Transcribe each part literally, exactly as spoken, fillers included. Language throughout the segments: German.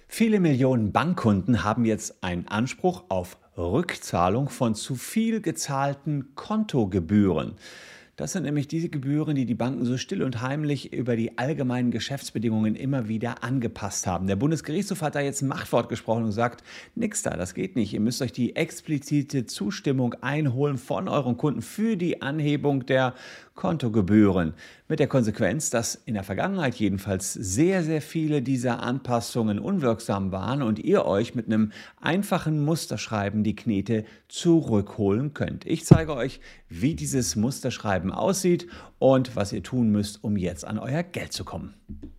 Viele Millionen Bankkunden haben jetzt einen Anspruch auf Rückzahlung von zu viel gezahlten Kontogebühren. Das sind nämlich diese Gebühren, die die Banken so still und heimlich über die allgemeinen Geschäftsbedingungen immer wieder angepasst haben. Der Bundesgerichtshof hat da jetzt ein Machtwort gesprochen und sagt, nix da, das geht nicht. Ihr müsst euch die explizite Zustimmung einholen von euren Kunden für die Anhebung der Kontogebühren. Mit der Konsequenz, dass in der Vergangenheit jedenfalls sehr, sehr viele dieser Anpassungen unwirksam waren und ihr euch mit einem einfachen Musterschreiben die Knete zurückholen könnt. Ich zeige euch, wie dieses Musterschreiben aussieht und was ihr tun müsst, um jetzt an euer Geld zu kommen.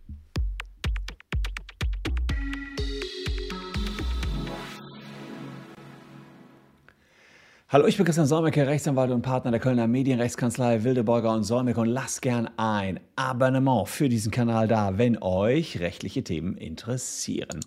Hallo, ich bin Christian Solmecke, Rechtsanwalt und Partner der Kölner Medienrechtskanzlei Wildeborger und Solmecke und lasst gern ein Abonnement für diesen Kanal da, wenn euch rechtliche Themen interessieren.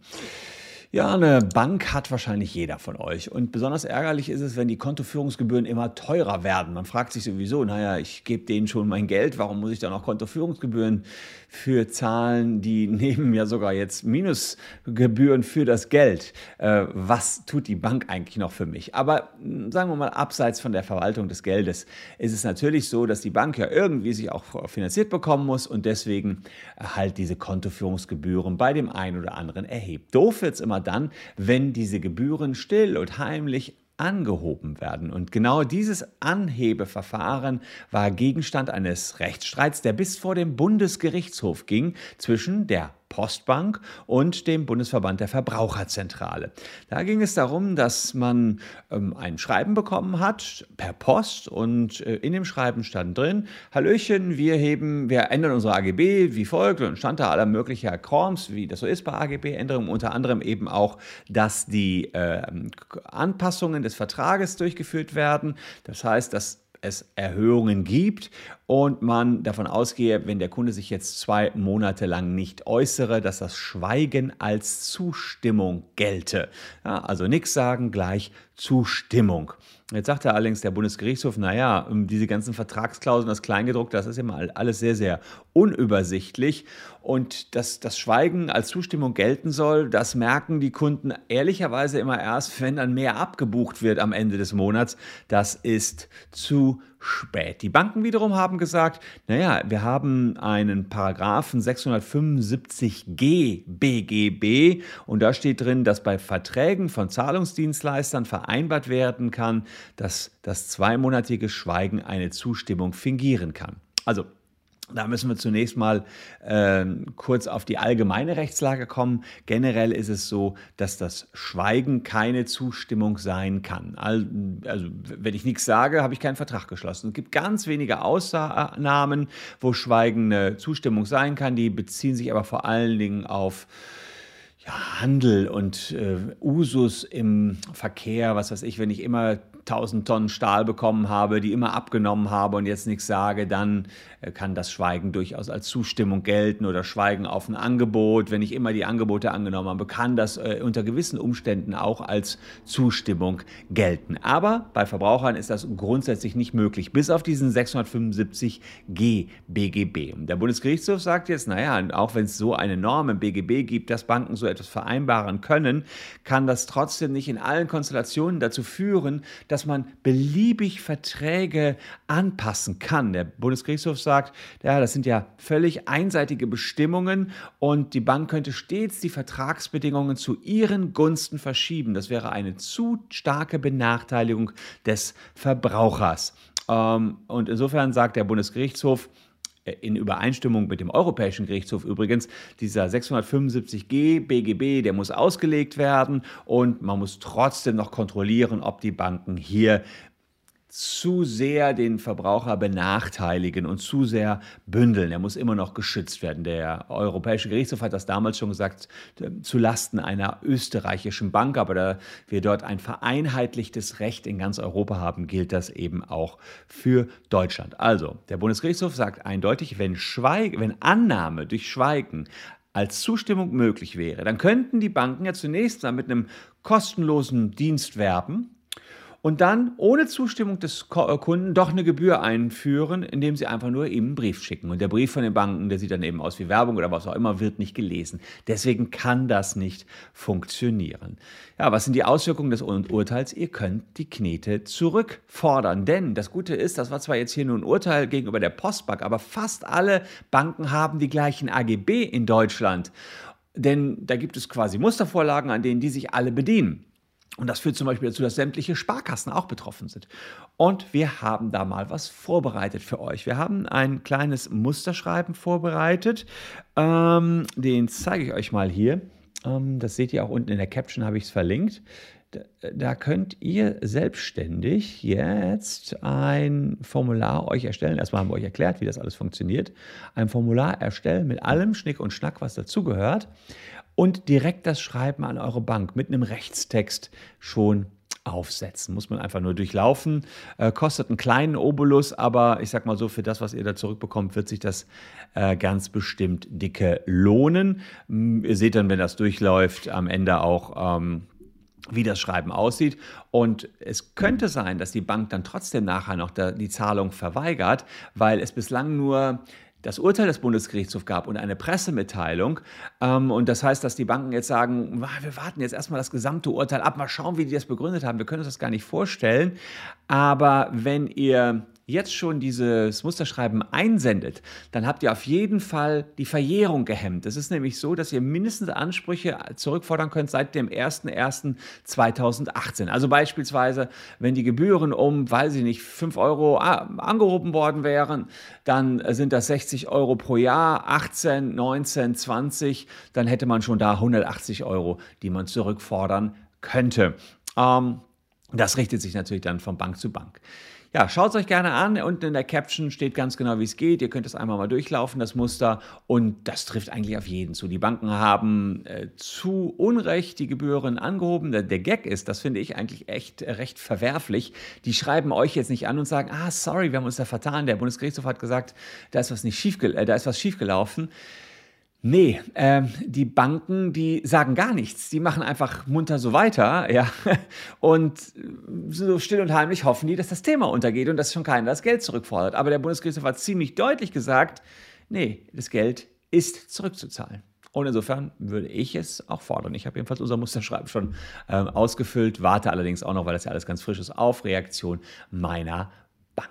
Ja, eine Bank hat wahrscheinlich jeder von euch und besonders ärgerlich ist es, wenn die Kontoführungsgebühren immer teurer werden. Man fragt sich sowieso, naja, ich gebe denen schon mein Geld, warum muss ich da noch Kontoführungsgebühren für zahlen? Die nehmen ja sogar jetzt Minusgebühren für das Geld. Äh, was tut die Bank eigentlich noch für mich? Aber sagen wir mal, abseits von der Verwaltung des Geldes ist es natürlich so, dass die Bank ja irgendwie sich auch finanziert bekommen muss und deswegen halt diese Kontoführungsgebühren bei dem einen oder anderen erhebt. Doof wird es immer dann, wenn diese Gebühren still und heimlich angehoben werden. Und genau dieses Anhebeverfahren war Gegenstand eines Rechtsstreits, der bis vor den Bundesgerichtshof ging zwischen der Postbank und dem Bundesverband der Verbraucherzentrale. Da ging es darum, dass man ähm, ein Schreiben bekommen hat per Post und äh, in dem Schreiben stand drin, Hallöchen, wir heben, wir ändern unsere A G B wie folgt und stand da aller möglicher Krams, wie das so ist bei A G B-Änderungen, unter anderem eben auch, dass die äh, Anpassungen des Vertrages durchgeführt werden. Das heißt, dass es Erhöhungen gibt und man davon ausgehe, wenn der Kunde sich jetzt zwei Monate lang nicht äußere, dass das Schweigen als Zustimmung gelte. Ja, also nichts sagen gleich Zustimmung. Jetzt sagte allerdings der Bundesgerichtshof, naja, diese ganzen Vertragsklauseln, das Kleingedruckte, das ist immer alles sehr, sehr unübersichtlich und dass das Schweigen als Zustimmung gelten soll, das merken die Kunden ehrlicherweise immer erst, wenn dann mehr abgebucht wird am Ende des Monats. Das ist zu spät. Die Banken wiederum haben gesagt, naja, wir haben einen Paragraphen sechshundertfünfundsiebzig G B G B und da steht drin, dass bei Verträgen von Zahlungsdienstleistern vereinbart werden kann, dass das zweimonatige Schweigen eine Zustimmung fingieren kann. Also da müssen wir zunächst mal äh, kurz auf die allgemeine Rechtslage kommen. Generell ist es so, dass das Schweigen keine Zustimmung sein kann. Also wenn ich nichts sage, habe ich keinen Vertrag geschlossen. Es gibt ganz wenige Ausnahmen, wo Schweigen eine Zustimmung sein kann. Die beziehen sich aber vor allen Dingen auf ja, Handel und äh, Usus im Verkehr, was weiß ich, wenn ich immer tausend Tonnen Stahl bekommen habe, die immer abgenommen habe und jetzt nichts sage, dann äh, kann das Schweigen durchaus als Zustimmung gelten oder Schweigen auf ein Angebot. Wenn ich immer die Angebote angenommen habe, kann das äh, unter gewissen Umständen auch als Zustimmung gelten. Aber bei Verbrauchern ist das grundsätzlich nicht möglich, bis auf diesen sechshundertfünfundsiebzig G B G B. Und der Bundesgerichtshof sagt jetzt, naja, auch wenn es so eine Norm im B G B gibt, dass Banken so etwas vereinbaren können, kann das trotzdem nicht in allen Konstellationen dazu führen, dass man beliebig Verträge anpassen kann. Der Bundesgerichtshof sagt, ja, das sind ja völlig einseitige Bestimmungen und die Bank könnte stets die Vertragsbedingungen zu ihren Gunsten verschieben. Das wäre eine zu starke Benachteiligung des Verbrauchers. Und insofern sagt der Bundesgerichtshof, in Übereinstimmung mit dem Europäischen Gerichtshof übrigens, dieser sechshundertfünfundsiebzig G B G B, der muss ausgelegt werden und man muss trotzdem noch kontrollieren, ob die Banken hier zu sehr den Verbraucher benachteiligen und zu sehr bündeln. Er muss immer noch geschützt werden. Der Europäische Gerichtshof hat das damals schon gesagt, zu Lasten einer österreichischen Bank, aber da wir dort ein vereinheitlichtes Recht in ganz Europa haben, gilt das eben auch für Deutschland. Also, der Bundesgerichtshof sagt eindeutig, wenn, Schweig- wenn Annahme durch Schweigen als Zustimmung möglich wäre, dann könnten die Banken ja zunächst mal mit einem kostenlosen Dienst werben und dann ohne Zustimmung des Kunden doch eine Gebühr einführen, indem sie einfach nur ihm einen Brief schicken. Und der Brief von den Banken, der sieht dann eben aus wie Werbung oder was auch immer, wird nicht gelesen. Deswegen kann das nicht funktionieren. Ja, was sind die Auswirkungen des Urteils? Ihr könnt die Knete zurückfordern. Denn das Gute ist, das war zwar jetzt hier nur ein Urteil gegenüber der Postbank, aber fast alle Banken haben die gleichen A G B in Deutschland. Denn da gibt es quasi Mustervorlagen, an denen die sich alle bedienen. Und das führt zum Beispiel dazu, dass sämtliche Sparkassen auch betroffen sind. Und wir haben da mal was vorbereitet für euch. Wir haben ein kleines Musterschreiben vorbereitet. Ähm, den zeige ich euch mal hier. Ähm, das seht ihr auch unten in der Caption, habe ich es verlinkt. Da, da könnt ihr selbstständig jetzt ein Formular euch erstellen. Erstmal haben wir euch erklärt, wie das alles funktioniert. Ein Formular erstellen mit allem Schnick und Schnack, was dazugehört. Und direkt das Schreiben an eure Bank mit einem Rechtstext schon aufsetzen. Muss man einfach nur durchlaufen. Äh, kostet einen kleinen Obolus, aber ich sag mal so, für das, was ihr da zurückbekommt, wird sich das äh, ganz bestimmt dicke lohnen. Ähm, ihr seht dann, wenn das durchläuft, am Ende auch, ähm, wie das Schreiben aussieht. Und es könnte sein, dass die Bank dann trotzdem nachher noch da, die Zahlung verweigert, weil es bislang nur das Urteil des Bundesgerichtshofs gab und eine Pressemitteilung. Ähm, und das heißt, dass die Banken jetzt sagen, wir warten jetzt erstmal das gesamte Urteil ab, mal schauen, wie die das begründet haben. Wir können uns das gar nicht vorstellen. Aber wenn ihr jetzt schon dieses Musterschreiben einsendet, dann habt ihr auf jeden Fall die Verjährung gehemmt. Es ist nämlich so, dass ihr mindestens Ansprüche zurückfordern könnt seit dem ersten ersten zweitausendachtzehn. Also beispielsweise, wenn die Gebühren um, weiß ich nicht, fünf Euro angehoben worden wären, dann sind das sechzig Euro pro Jahr, achtzehn, neunzehn, zwanzig, dann hätte man schon da hundertachtzig Euro, die man zurückfordern könnte. Ähm, das richtet sich natürlich dann von Bank zu Bank. Ja, schaut es euch gerne an. Unten in der Caption steht ganz genau, wie es geht. Ihr könnt es einmal mal durchlaufen, das Muster. Und das trifft eigentlich auf jeden zu. Die Banken haben äh, zu Unrecht die Gebühren angehoben. Der, der Gag ist, das finde ich eigentlich echt äh, recht verwerflich. Die schreiben euch jetzt nicht an und sagen, ah, sorry, wir haben uns da vertan. Der Bundesgerichtshof hat gesagt, da ist was, nicht schief, äh, da ist was schiefgelaufen. Nee, äh, die Banken, die sagen gar nichts. Die machen einfach munter so weiter, ja. Und so still und heimlich hoffen die, dass das Thema untergeht und dass schon keiner das Geld zurückfordert. Aber der Bundesgerichtshof hat ziemlich deutlich gesagt, nee, das Geld ist zurückzuzahlen. Und insofern würde ich es auch fordern. Ich habe jedenfalls unser Musterschreiben schon äh, ausgefüllt, warte allerdings auch noch, weil das ja alles ganz frisch ist, auf Reaktion meiner Bank.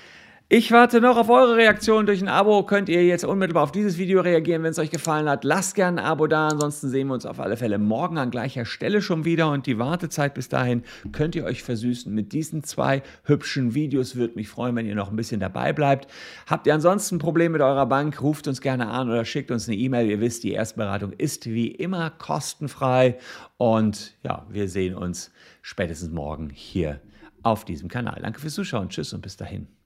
Ich warte noch auf eure Reaktion. Durch ein Abo könnt ihr jetzt unmittelbar auf dieses Video reagieren, wenn es euch gefallen hat. Lasst gerne ein Abo da, ansonsten sehen wir uns auf alle Fälle morgen an gleicher Stelle schon wieder. Und die Wartezeit bis dahin könnt ihr euch versüßen mit diesen zwei hübschen Videos. Würde mich freuen, wenn ihr noch ein bisschen dabei bleibt. Habt ihr ansonsten ein Problem mit eurer Bank, ruft uns gerne an oder schickt uns eine E-Mail. Ihr wisst, die Erstberatung ist wie immer kostenfrei. Und ja, wir sehen uns spätestens morgen hier auf diesem Kanal. Danke fürs Zuschauen. Tschüss und bis dahin.